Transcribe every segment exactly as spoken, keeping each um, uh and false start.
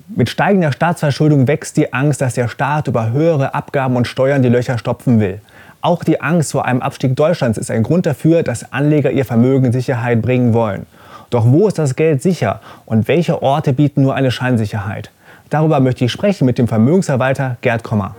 Mit steigender Staatsverschuldung wächst die Angst, dass der Staat über höhere Abgaben und Steuern die Löcher stopfen will. Auch die Angst vor einem Abstieg Deutschlands ist ein Grund dafür, dass Anleger ihr Vermögen in Sicherheit bringen wollen. Doch wo ist das Geld sicher und welche Orte bieten nur eine Scheinsicherheit? Darüber möchte ich sprechen mit dem Vermögensverwalter Gerd Kommer.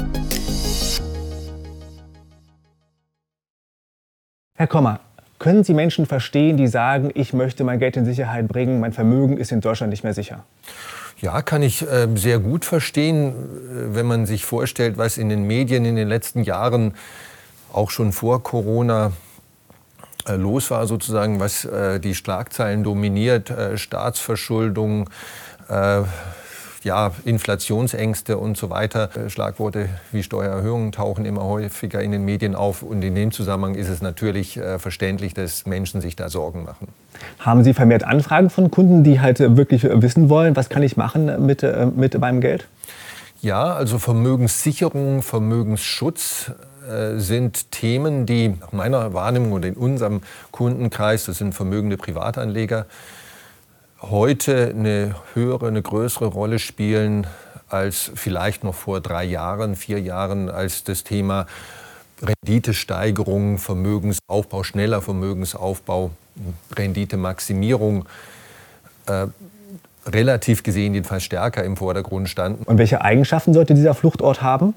Herr Kommer, können Sie Menschen verstehen, die sagen, ich möchte mein Geld in Sicherheit bringen, mein Vermögen ist in Deutschland nicht mehr sicher? Ja, kann ich äh, sehr gut verstehen, wenn man sich vorstellt, was in den Medien in den letzten Jahren, auch schon vor Corona, äh, los war sozusagen, was äh, die Schlagzeilen dominiert, äh, Staatsverschuldung, äh, ja, Inflationsängste und so weiter. Äh, Schlagworte wie Steuererhöhungen tauchen immer häufiger in den Medien auf und in dem Zusammenhang ist es natürlich äh, verständlich, dass Menschen sich da Sorgen machen. Haben Sie vermehrt Anfragen von Kunden, die halt wirklich wissen wollen, was kann ich machen mit, mit meinem Geld? Ja, also Vermögenssicherung, Vermögensschutz äh, sind Themen, die nach meiner Wahrnehmung und in unserem Kundenkreis, das sind vermögende Privatanleger, heute eine höhere, eine größere Rolle spielen als vielleicht noch vor drei Jahren, vier Jahren, als das Thema Renditesteigerung, Vermögensaufbau, schneller Vermögensaufbau, Renditemaximierung äh, relativ gesehen jedenfalls stärker im Vordergrund standen. Und welche Eigenschaften sollte dieser Fluchtort haben?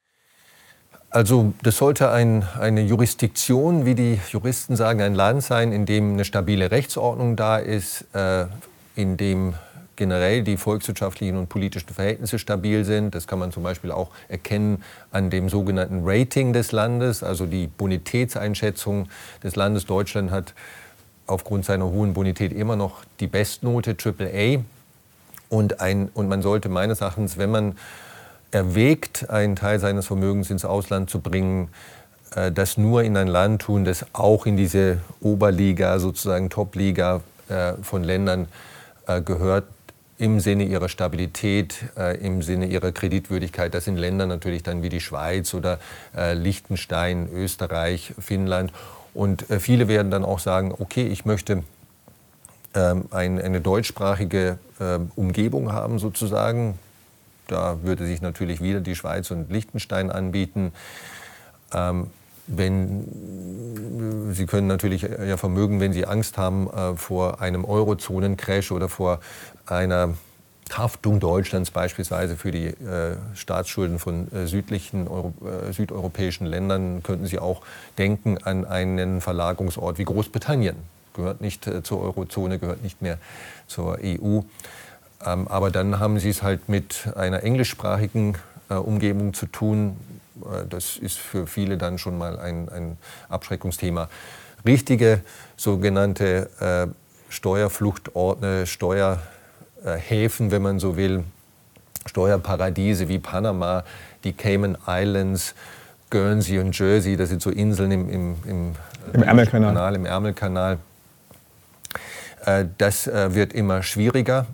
Also das sollte ein, eine Jurisdiktion, wie die Juristen sagen, ein Land sein, in dem eine stabile Rechtsordnung da ist, äh, in dem generell die volkswirtschaftlichen und politischen Verhältnisse stabil sind. Das kann man zum Beispiel auch erkennen an dem sogenannten Rating des Landes, also die Bonitätseinschätzung des Landes. Deutschland hat aufgrund seiner hohen Bonität immer noch die Bestnote Triple A. Und, ein, und man sollte meines Erachtens, wenn man erwägt, einen Teil seines Vermögens ins Ausland zu bringen, äh, das nur in ein Land tun, das auch in diese Oberliga, sozusagen Topliga äh, von Ländern äh, gehört, im Sinne ihrer Stabilität, äh, im Sinne ihrer Kreditwürdigkeit. Das sind Länder natürlich dann wie die Schweiz oder äh, Liechtenstein, Österreich, Finnland. Und äh, viele werden dann auch sagen, okay, ich möchte ähm, ein, eine deutschsprachige äh, Umgebung haben sozusagen. Da würde sich natürlich wieder die Schweiz und Liechtenstein anbieten. Ähm, wenn, Sie können natürlich ja vermögen, wenn Sie Angst haben äh, vor einem Eurozonencrash oder vor einer Haftung Deutschlands beispielsweise für die äh, Staatsschulden von äh, südlichen Euro, äh, südeuropäischen Ländern, könnten Sie auch denken an einen Verlagerungsort wie Großbritannien. Gehört nicht äh, zur Eurozone, gehört nicht mehr zur E U. Ähm, aber dann haben Sie es halt mit einer englischsprachigen äh, Umgebung zu tun. Äh, das ist für viele dann schon mal ein, ein Abschreckungsthema. Richtige sogenannte äh, Steuerfluchtorte, Steuerhäfen, wenn man so will, Steuerparadiese wie Panama, die Cayman Islands, Guernsey und Jersey, das sind so Inseln im, im, im, Im Ärmelkanal. Im Ärmelkanal. Äh, das äh, wird immer schwieriger.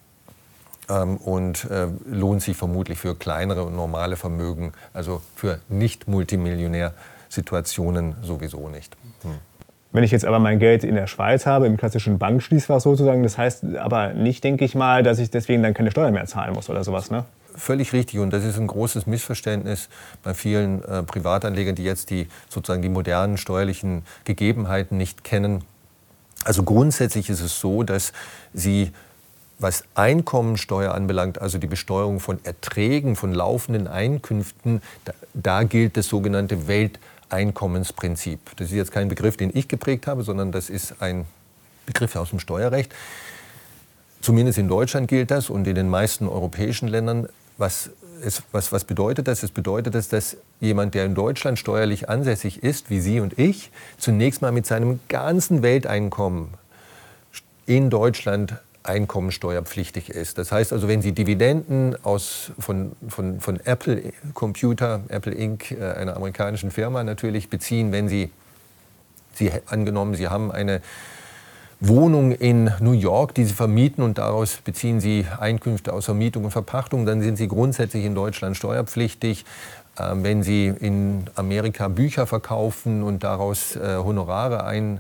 Und äh, lohnt sich vermutlich für kleinere und normale Vermögen, also für Nicht-Multimillionär-Situationen sowieso nicht. Hm. Wenn ich jetzt aber mein Geld in der Schweiz habe, im klassischen Bankschließfach sozusagen, das heißt aber nicht, denke ich mal, dass ich deswegen dann keine Steuern mehr zahlen muss oder sowas, ne? Völlig richtig, und das ist ein großes Missverständnis bei vielen äh, Privatanlegern, die jetzt die, sozusagen die modernen steuerlichen Gegebenheiten nicht kennen. Also grundsätzlich ist es so, dass sie, was Einkommensteuer anbelangt, also die Besteuerung von Erträgen, von laufenden Einkünften, da, da gilt das sogenannte Welteinkommensprinzip. Das ist jetzt kein Begriff, den ich geprägt habe, sondern das ist ein Begriff aus dem Steuerrecht. Zumindest in Deutschland gilt das und in den meisten europäischen Ländern. Was, ist, was, was bedeutet das? Es bedeutet, das, dass jemand, der in Deutschland steuerlich ansässig ist, wie Sie und ich, zunächst mal mit seinem ganzen Welteinkommen in Deutschland einkommensteuerpflichtig ist. Das heißt also, wenn Sie Dividenden aus, von, von, von Apple Computer, Apple Incorporated, einer amerikanischen Firma natürlich, beziehen, wenn Sie, Sie angenommen, Sie haben eine Wohnung in New York, die Sie vermieten und daraus beziehen Sie Einkünfte aus Vermietung und Verpachtung, dann sind Sie grundsätzlich in Deutschland steuerpflichtig. Ähm, wenn Sie in Amerika Bücher verkaufen und daraus äh, Honorare ein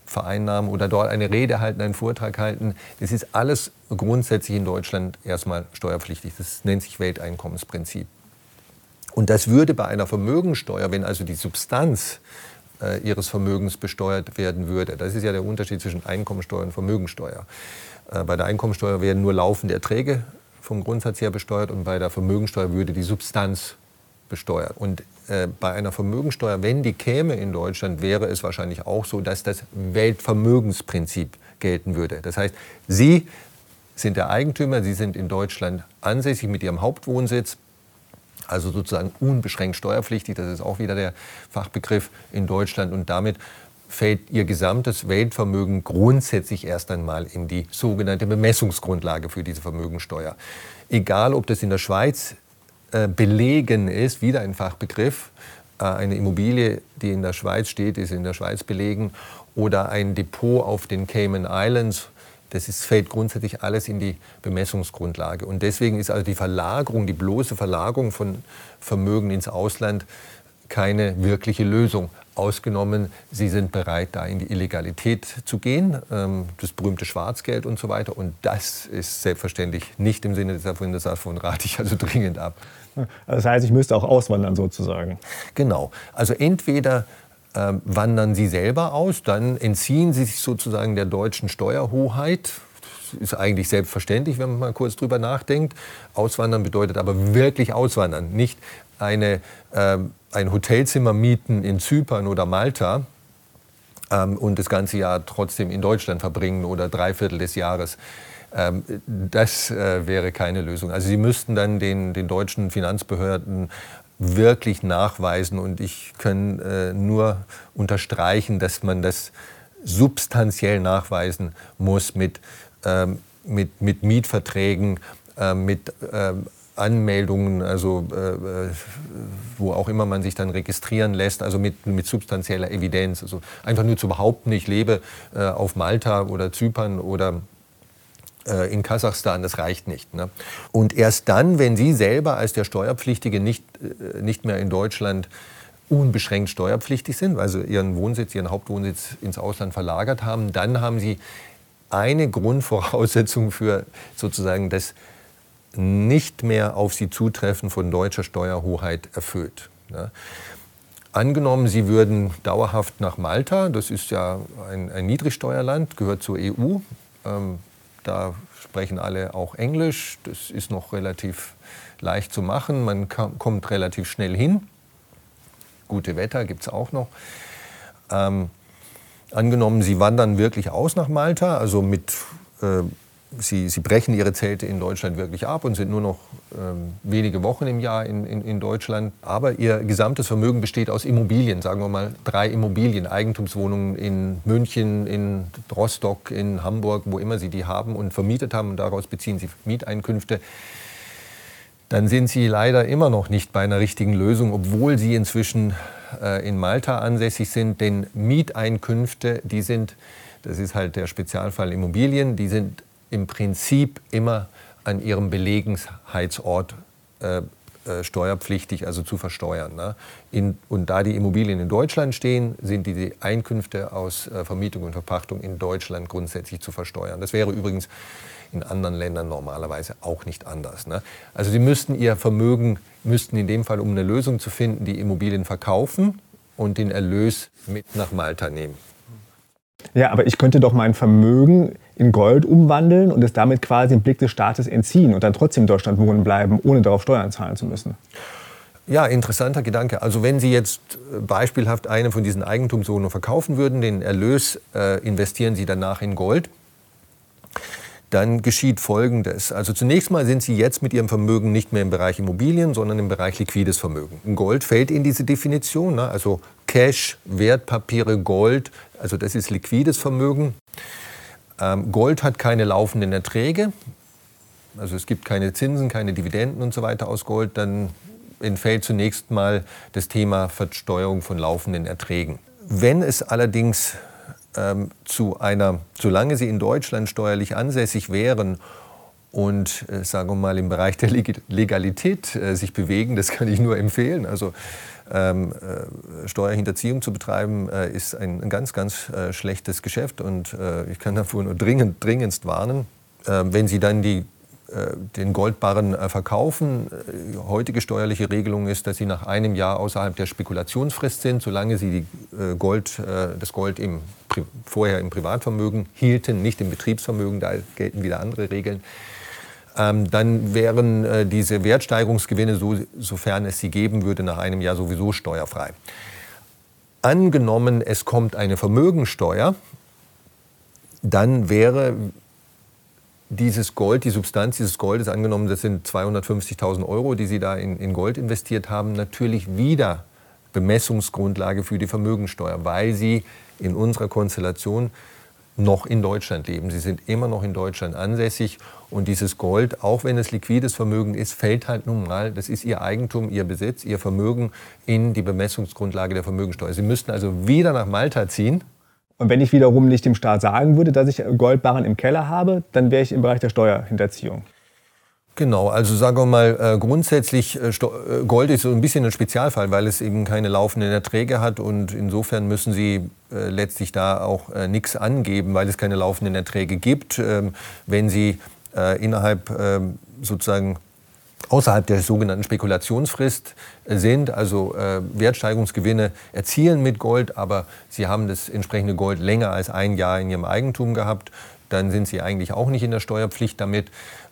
vereinnahmen oder dort eine Rede halten, einen Vortrag halten. Das ist alles grundsätzlich in Deutschland erstmal steuerpflichtig. Das nennt sich Welteinkommensprinzip. Und das würde bei einer Vermögensteuer, wenn also die Substanz äh, Ihres Vermögens besteuert werden würde, das ist ja der Unterschied zwischen Einkommensteuer und Vermögensteuer. Äh, bei der Einkommensteuer werden nur laufende Erträge vom Grundsatz her besteuert und bei der Vermögensteuer würde die Substanz besteuert. Und äh, bei einer Vermögensteuer, wenn die käme in Deutschland, wäre es wahrscheinlich auch so, dass das Weltvermögensprinzip gelten würde. Das heißt, Sie sind der Eigentümer, Sie sind in Deutschland ansässig mit Ihrem Hauptwohnsitz, also sozusagen unbeschränkt steuerpflichtig, das ist auch wieder der Fachbegriff in Deutschland. Und damit fällt Ihr gesamtes Weltvermögen grundsätzlich erst einmal in die sogenannte Bemessungsgrundlage für diese Vermögensteuer. Egal, ob das in der Schweiz äh, belegen ist, wieder ein Fachbegriff, äh, eine Immobilie, die in der Schweiz steht, ist in der Schweiz belegen, oder ein Depot auf den Cayman Islands. Das ist, fällt grundsätzlich alles in die Bemessungsgrundlage. Und deswegen ist also die Verlagerung, die bloße Verlagerung von Vermögen ins Ausland keine wirkliche Lösung. Ausgenommen, Sie sind bereit, da in die Illegalität zu gehen, ähm, das berühmte Schwarzgeld und so weiter. Und das ist selbstverständlich nicht im Sinne des Erfinders, davon rate ich also dringend ab. Das heißt, ich müsste auch auswandern sozusagen. Genau. Also entweder äh, wandern Sie selber aus, dann entziehen Sie sich sozusagen der deutschen Steuerhoheit. Das ist eigentlich selbstverständlich, wenn man mal kurz drüber nachdenkt. Auswandern bedeutet aber wirklich auswandern, nicht eine, äh, ein Hotelzimmer mieten in Zypern oder Malta ähm, und das ganze Jahr trotzdem in Deutschland verbringen oder drei Viertel des Jahres. Ähm, das äh, wäre keine Lösung. Also Sie müssten dann den, den deutschen Finanzbehörden wirklich nachweisen, und ich kann äh, nur unterstreichen, dass man das substanziell nachweisen muss mit, ähm, mit, mit Mietverträgen, äh, mit äh, Anmeldungen, also äh, wo auch immer man sich dann registrieren lässt, also mit, mit substanzieller Evidenz. Also einfach nur zu behaupten, ich lebe äh, auf Malta oder Zypern oder äh, in Kasachstan, das reicht nicht. Ne? Und erst dann, wenn Sie selber als der Steuerpflichtige nicht, äh, nicht mehr in Deutschland unbeschränkt steuerpflichtig sind, weil Sie Ihren Wohnsitz, Ihren Hauptwohnsitz ins Ausland verlagert haben, dann haben Sie eine Grundvoraussetzung für sozusagen das nicht mehr auf Sie zutreffen von deutscher Steuerhoheit erfüllt. Ja. Angenommen, Sie würden dauerhaft nach Malta, das ist ja ein, ein Niedrigsteuerland, gehört zur E U, ähm, da sprechen alle auch Englisch, das ist noch relativ leicht zu machen, man kam, kommt relativ schnell hin, gute Wetter gibt es auch noch. Ähm, angenommen, Sie wandern wirklich aus nach Malta, also mit äh, Sie, Sie brechen Ihre Zelte in Deutschland wirklich ab und sind nur noch ähm, wenige Wochen im Jahr in, in, in Deutschland. Aber Ihr gesamtes Vermögen besteht aus Immobilien, sagen wir mal drei Immobilien, Eigentumswohnungen in München, in Rostock, in Hamburg, wo immer Sie die haben und vermietet haben, und daraus beziehen Sie Mieteinkünfte. Dann sind Sie leider immer noch nicht bei einer richtigen Lösung, obwohl Sie inzwischen äh, in Malta ansässig sind. Denn Mieteinkünfte, die sind, das ist halt der Spezialfall Immobilien, die sind im Prinzip immer an ihrem Belegenheitsort äh, äh, steuerpflichtig, also zu versteuern. Ne? In, und da die Immobilien in Deutschland stehen, sind die Einkünfte aus äh, Vermietung und Verpachtung in Deutschland grundsätzlich zu versteuern. Das wäre übrigens in anderen Ländern normalerweise auch nicht anders. Ne? Also Sie müssten Ihr Vermögen, müssten in dem Fall, um eine Lösung zu finden, die Immobilien verkaufen und den Erlös mit nach Malta nehmen. Ja, aber ich könnte doch mein Vermögen in Gold umwandeln und es damit quasi im Blick des Staates entziehen und dann trotzdem in Deutschland wohnen bleiben, ohne darauf Steuern zahlen zu müssen. Ja, interessanter Gedanke. Also wenn Sie jetzt beispielhaft eine von diesen Eigentumswohnungen verkaufen würden, den Erlös äh, investieren Sie danach in Gold, dann geschieht Folgendes. Also zunächst mal sind Sie jetzt mit Ihrem Vermögen nicht mehr im Bereich Immobilien, sondern im Bereich liquides Vermögen. Gold fällt in diese Definition, ne? Also Cash, Wertpapiere, Gold, also das ist liquides Vermögen. Ähm, Gold hat keine laufenden Erträge, also es gibt keine Zinsen, keine Dividenden und so weiter aus Gold. Dann entfällt zunächst mal das Thema Versteuerung von laufenden Erträgen. Wenn es allerdings ähm, zu einer, solange Sie in Deutschland steuerlich ansässig wären und äh, sagen wir mal im Bereich der Legalität äh, sich bewegen. Das kann ich nur empfehlen. Also ähm, äh, Steuerhinterziehung zu betreiben äh, ist ein, ein ganz, ganz äh, schlechtes Geschäft und äh, ich kann davor nur dringend, dringendst warnen. Äh, wenn Sie dann die, äh, den Goldbarren äh, verkaufen, äh, heutige steuerliche Regelung ist, dass Sie nach einem Jahr außerhalb der Spekulationsfrist sind, solange Sie die, äh, Gold, äh, das Gold im, vorher im Privatvermögen hielten, nicht im Betriebsvermögen, da gelten wieder andere Regeln. Ähm, dann wären äh, diese Wertsteigerungsgewinne, so, sofern es sie geben würde, nach einem Jahr sowieso steuerfrei. Angenommen, es kommt eine Vermögensteuer, dann wäre dieses Gold, die Substanz dieses Goldes, angenommen, das sind zweihundertfünfzigtausend Euro, die Sie da in, in Gold investiert haben, natürlich wieder Bemessungsgrundlage für die Vermögensteuer, weil Sie in unserer Konstellation noch in Deutschland leben. Sie sind immer noch in Deutschland ansässig und dieses Gold, auch wenn es liquides Vermögen ist, fällt halt nun mal, das ist Ihr Eigentum, Ihr Besitz, Ihr Vermögen in die Bemessungsgrundlage der Vermögensteuer. Sie müssten also wieder nach Malta ziehen. Und wenn ich wiederum nicht dem Staat sagen würde, dass ich Goldbarren im Keller habe, dann wäre ich im Bereich der Steuerhinterziehung. Genau, also sagen wir mal, äh, grundsätzlich äh, Gold ist so ein bisschen ein Spezialfall, weil es eben keine laufenden Erträge hat und insofern müssen Sie äh, letztlich da auch äh, nichts angeben, weil es keine laufenden Erträge gibt. Ähm, wenn Sie äh, innerhalb äh, sozusagen außerhalb der sogenannten Spekulationsfrist äh, sind, also äh, Wertsteigerungsgewinne erzielen mit Gold, aber Sie haben das entsprechende Gold länger als ein Jahr in Ihrem Eigentum gehabt, dann sind Sie eigentlich auch nicht in der Steuerpflicht damit.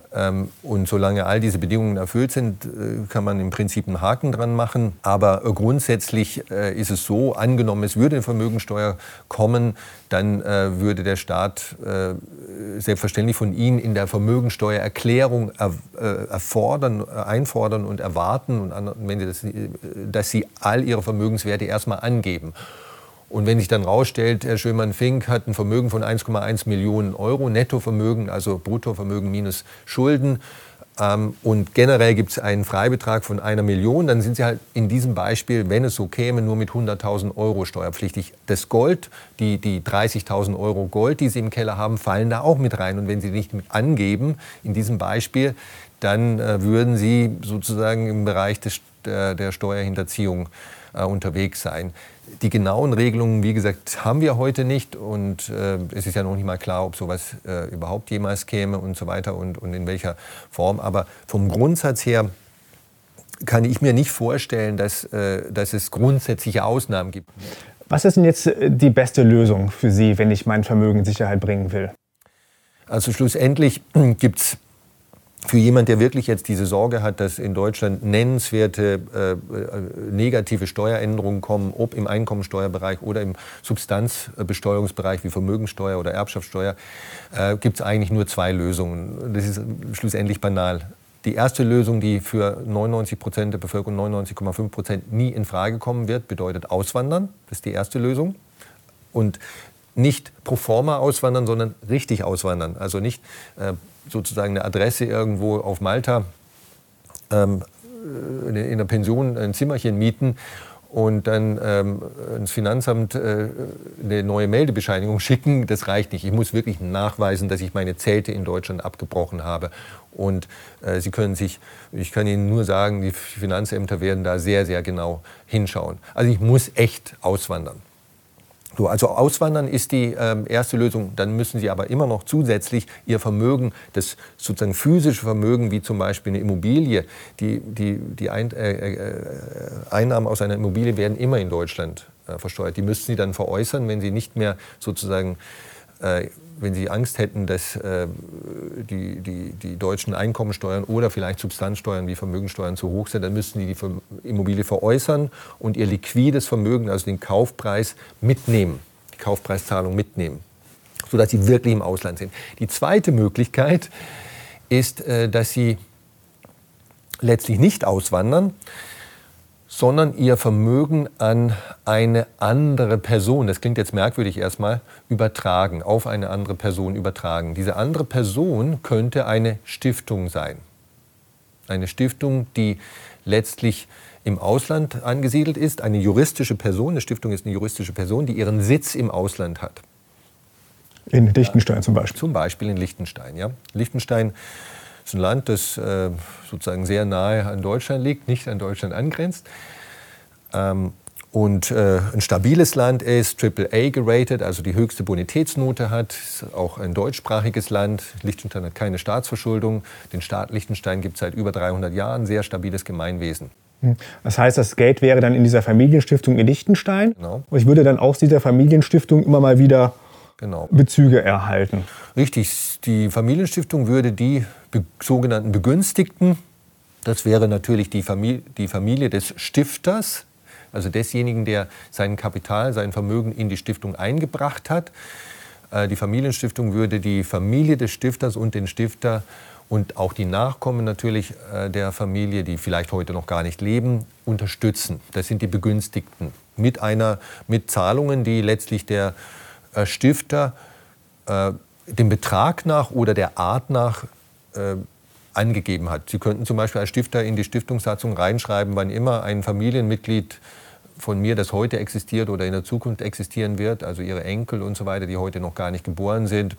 Und solange all diese Bedingungen erfüllt sind, kann man im Prinzip einen Haken dran machen. Aber grundsätzlich ist es so, angenommen, es würde eine Vermögensteuer kommen, dann würde der Staat selbstverständlich von Ihnen in der Vermögensteuererklärung erfordern, einfordern und erwarten, und wenn Sie das, dass Sie all Ihre Vermögenswerte erstmal angeben. Und wenn sich dann rausstellt, Herr Schömann-Fink hat ein Vermögen von eins Komma eins Millionen Euro, Nettovermögen, also Bruttovermögen minus Schulden, ähm, und generell gibt es einen Freibetrag von einer Million, dann sind Sie halt in diesem Beispiel, wenn es so käme, nur mit hunderttausend Euro steuerpflichtig. Das Gold, die, die dreißigtausend Euro Gold, die Sie im Keller haben, fallen da auch mit rein. Und wenn Sie nicht mit angeben, in diesem Beispiel, dann äh, würden Sie sozusagen im Bereich des, der, der Steuerhinterziehung äh, unterwegs sein. Die genauen Regelungen, wie gesagt, haben wir heute nicht und äh, es ist ja noch nicht mal klar, ob sowas äh, überhaupt jemals käme und so weiter und, und in welcher Form. Aber vom Grundsatz her kann ich mir nicht vorstellen, dass, äh, dass es grundsätzliche Ausnahmen gibt. Was ist denn jetzt die beste Lösung für Sie, wenn ich mein Vermögen in Sicherheit bringen will? Also schlussendlich gibt es für jemand, der wirklich jetzt diese Sorge hat, dass in Deutschland nennenswerte äh, negative Steueränderungen kommen, ob im Einkommensteuerbereich oder im Substanzbesteuerungsbereich wie Vermögensteuer oder Erbschaftssteuer, äh, gibt es eigentlich nur zwei Lösungen. Das ist schlussendlich banal. Die erste Lösung, die für neunundneunzig Prozent der Bevölkerung, neunundneunzig Komma fünf Prozent nie in Frage kommen wird, bedeutet Auswandern. Das ist die erste Lösung. Und nicht pro forma auswandern, sondern richtig auswandern. Also nicht äh, sozusagen eine Adresse irgendwo auf Malta ähm, in der Pension ein Zimmerchen mieten und dann ähm, ins Finanzamt äh, eine neue Meldebescheinigung schicken. Das reicht nicht. Ich muss wirklich nachweisen, dass ich meine Zelte in Deutschland abgebrochen habe. Und äh, Sie können sich, ich kann Ihnen nur sagen, die Finanzämter werden da sehr, sehr genau hinschauen. Also ich muss echt auswandern. So, also Auswandern ist die ähm, erste Lösung. Dann müssen Sie aber immer noch zusätzlich Ihr Vermögen, das sozusagen physische Vermögen, wie zum Beispiel eine Immobilie, die, die, die Ein, äh, äh, Einnahmen aus einer Immobilie werden immer in Deutschland äh, versteuert. Die müssten Sie dann veräußern, wenn Sie nicht mehr sozusagen, äh, wenn Sie Angst hätten, dass äh, die, die, die deutschen Einkommensteuern oder vielleicht Substanzsteuern wie Vermögensteuern zu hoch sind, dann müssten die die Immobilie veräußern und ihr liquides Vermögen, also den Kaufpreis, mitnehmen, die Kaufpreiszahlung mitnehmen, sodass sie wirklich im Ausland sind. Die zweite Möglichkeit ist, äh, dass Sie letztlich nicht auswandern, sondern ihr Vermögen an eine andere Person, das klingt jetzt merkwürdig erstmal, übertragen, auf eine andere Person übertragen. Diese andere Person könnte eine Stiftung sein. Eine Stiftung, die letztlich im Ausland angesiedelt ist, eine juristische Person, eine Stiftung ist eine juristische Person, die ihren Sitz im Ausland hat. In Liechtenstein zum Beispiel. Zum Beispiel in Liechtenstein, ja. Liechtenstein Es ist ein Land, das äh, sozusagen sehr nahe an Deutschland liegt, nicht an Deutschland angrenzt. Ähm, und äh, ein stabiles Land ist, Triple A geratet, also die höchste Bonitätsnote hat. Ist auch ein deutschsprachiges Land. Liechtenstein hat keine Staatsverschuldung. Den Staat Liechtenstein gibt es seit über dreihundert Jahren. Sehr stabiles Gemeinwesen. Das heißt, das Geld wäre dann in dieser Familienstiftung in Liechtenstein. Genau. Und ich würde dann aus dieser Familienstiftung immer mal wieder genau. Bezüge erhalten. Richtig, die Familienstiftung würde die be- sogenannten Begünstigten, das wäre natürlich die Familie, die Familie des Stifters, also desjenigen, der sein Kapital, sein Vermögen in die Stiftung eingebracht hat. Äh, die Familienstiftung würde die Familie des Stifters und den Stifter und auch die Nachkommen natürlich äh, der Familie, die vielleicht heute noch gar nicht leben, unterstützen. Das sind die Begünstigten mit, einer, mit Zahlungen, die letztlich der äh, Stifter äh, dem Betrag nach oder der Art nach äh, angegeben hat. Sie könnten zum Beispiel als Stifter in die Stiftungssatzung reinschreiben, wann immer ein Familienmitglied von mir, das heute existiert oder in der Zukunft existieren wird, also ihre Enkel und so weiter, die heute noch gar nicht geboren sind,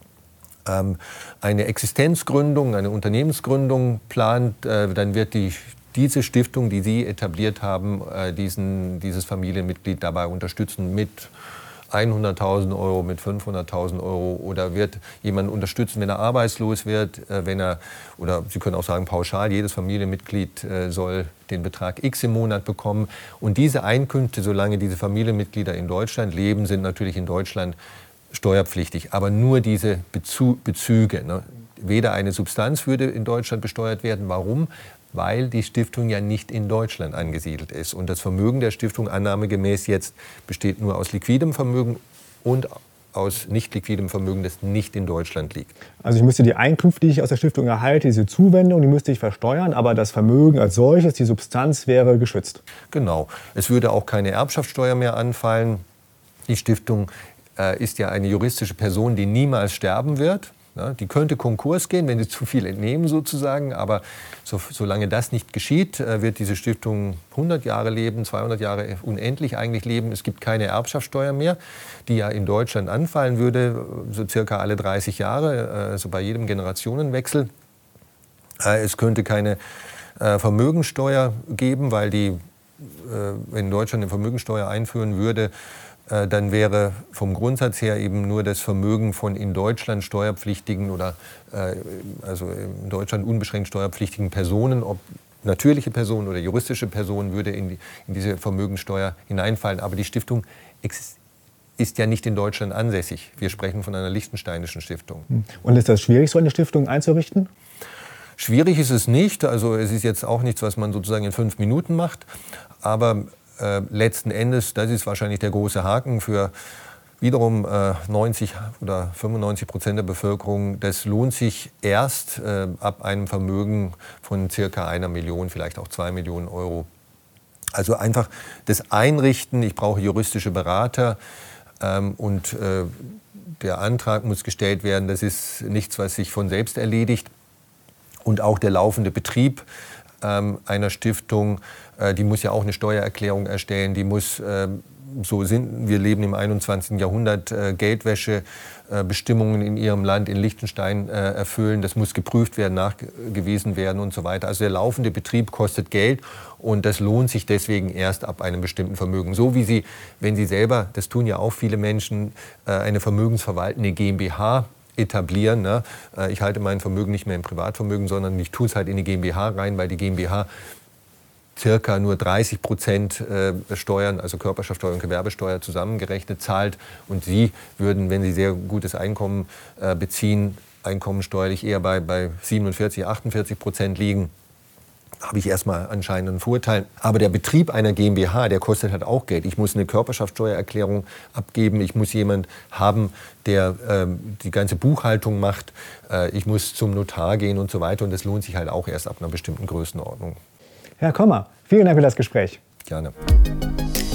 ähm, eine Existenzgründung, eine Unternehmensgründung plant, äh, dann wird die, diese Stiftung, die Sie etabliert haben, äh, diesen, dieses Familienmitglied dabei unterstützen mit hunderttausend Euro, mit fünfhunderttausend Euro, oder wird jemand unterstützen, wenn er arbeitslos wird, äh, wenn er, oder Sie können auch sagen pauschal, jedes Familienmitglied äh, soll den Betrag X im Monat bekommen. Und diese Einkünfte, solange diese Familienmitglieder in Deutschland leben, sind natürlich in Deutschland steuerpflichtig. Aber nur diese Bezu- Bezüge. Ne? Weder eine Substanz würde in Deutschland besteuert werden. Warum? Weil die Stiftung ja nicht in Deutschland angesiedelt ist. Und das Vermögen der Stiftung annahmegemäß jetzt besteht nur aus liquidem Vermögen und aus nicht liquidem Vermögen, das nicht in Deutschland liegt. Also ich müsste die Einkünfte, die ich aus der Stiftung erhalte, diese Zuwendung, die müsste ich versteuern, aber das Vermögen als solches, die Substanz, wäre geschützt. Genau. Es würde auch keine Erbschaftssteuer mehr anfallen. Die Stiftung äh, ist ja eine juristische Person, die niemals sterben wird. Ja, die könnte Konkurs gehen, wenn sie zu viel entnehmen sozusagen, aber so, solange das nicht geschieht, äh, wird diese Stiftung hundert Jahre leben, zweihundert Jahre unendlich eigentlich leben. Es gibt keine Erbschaftssteuer mehr, die ja in Deutschland anfallen würde, so circa alle dreißig Jahre, äh, so bei jedem Generationenwechsel. Äh, es könnte keine äh, Vermögensteuer geben, weil die, äh, wenn Deutschland eine Vermögensteuer einführen würde, dann wäre vom Grundsatz her eben nur das Vermögen von in Deutschland steuerpflichtigen oder äh, also in Deutschland unbeschränkt steuerpflichtigen Personen, ob natürliche Personen oder juristische Personen, würde in, die, in diese Vermögensteuer hineinfallen. Aber die Stiftung ist ja nicht in Deutschland ansässig. Wir sprechen von einer liechtensteinischen Stiftung. Und ist das schwierig, so eine Stiftung einzurichten? Schwierig ist es nicht. Also es ist jetzt auch nichts, was man sozusagen in fünf Minuten macht. Aber Äh, letzten Endes, das ist wahrscheinlich der große Haken für wiederum äh, neunzig oder fünfundneunzig Prozent der Bevölkerung. Das lohnt sich erst äh, ab einem Vermögen von circa einer Million, vielleicht auch zwei Millionen Euro. Also einfach das Einrichten, ich brauche juristische Berater ähm, und äh, der Antrag muss gestellt werden. Das ist nichts, was sich von selbst erledigt. Und auch der laufende Betrieb ähm, einer Stiftung, äh, die muss ja auch eine Steuererklärung erstellen, die muss, äh, so sind, wir leben im einundzwanzigsten Jahrhundert, äh, Geldwäschebestimmungen äh, in ihrem Land, in Liechtenstein, äh, erfüllen. Das muss geprüft werden, nachgewiesen werden und so weiter. Also der laufende Betrieb kostet Geld und das lohnt sich deswegen erst ab einem bestimmten Vermögen. So wie Sie, wenn Sie selber, das tun ja auch viele Menschen, äh, eine vermögensverwaltende GmbH etablieren. Ne? Ich halte mein Vermögen nicht mehr im Privatvermögen, sondern ich tue es halt in die GmbH rein, weil die GmbH circa nur dreißig Prozent Steuern, also Körperschaftsteuer und Gewerbesteuer zusammengerechnet zahlt. Und Sie würden, wenn Sie sehr gutes Einkommen beziehen, einkommensteuerlich eher bei, bei siebenundvierzig, achtundvierzig Prozent liegen. Habe ich erstmal anscheinend einen Vorteil. Aber der Betrieb einer GmbH, der kostet halt auch Geld. Ich muss eine Körperschaftsteuererklärung abgeben. Ich muss jemanden haben, der äh, die ganze Buchhaltung macht. Äh, ich muss zum Notar gehen und so weiter. Und das lohnt sich halt auch erst ab einer bestimmten Größenordnung. Herr Kommer, vielen Dank für das Gespräch. Gerne.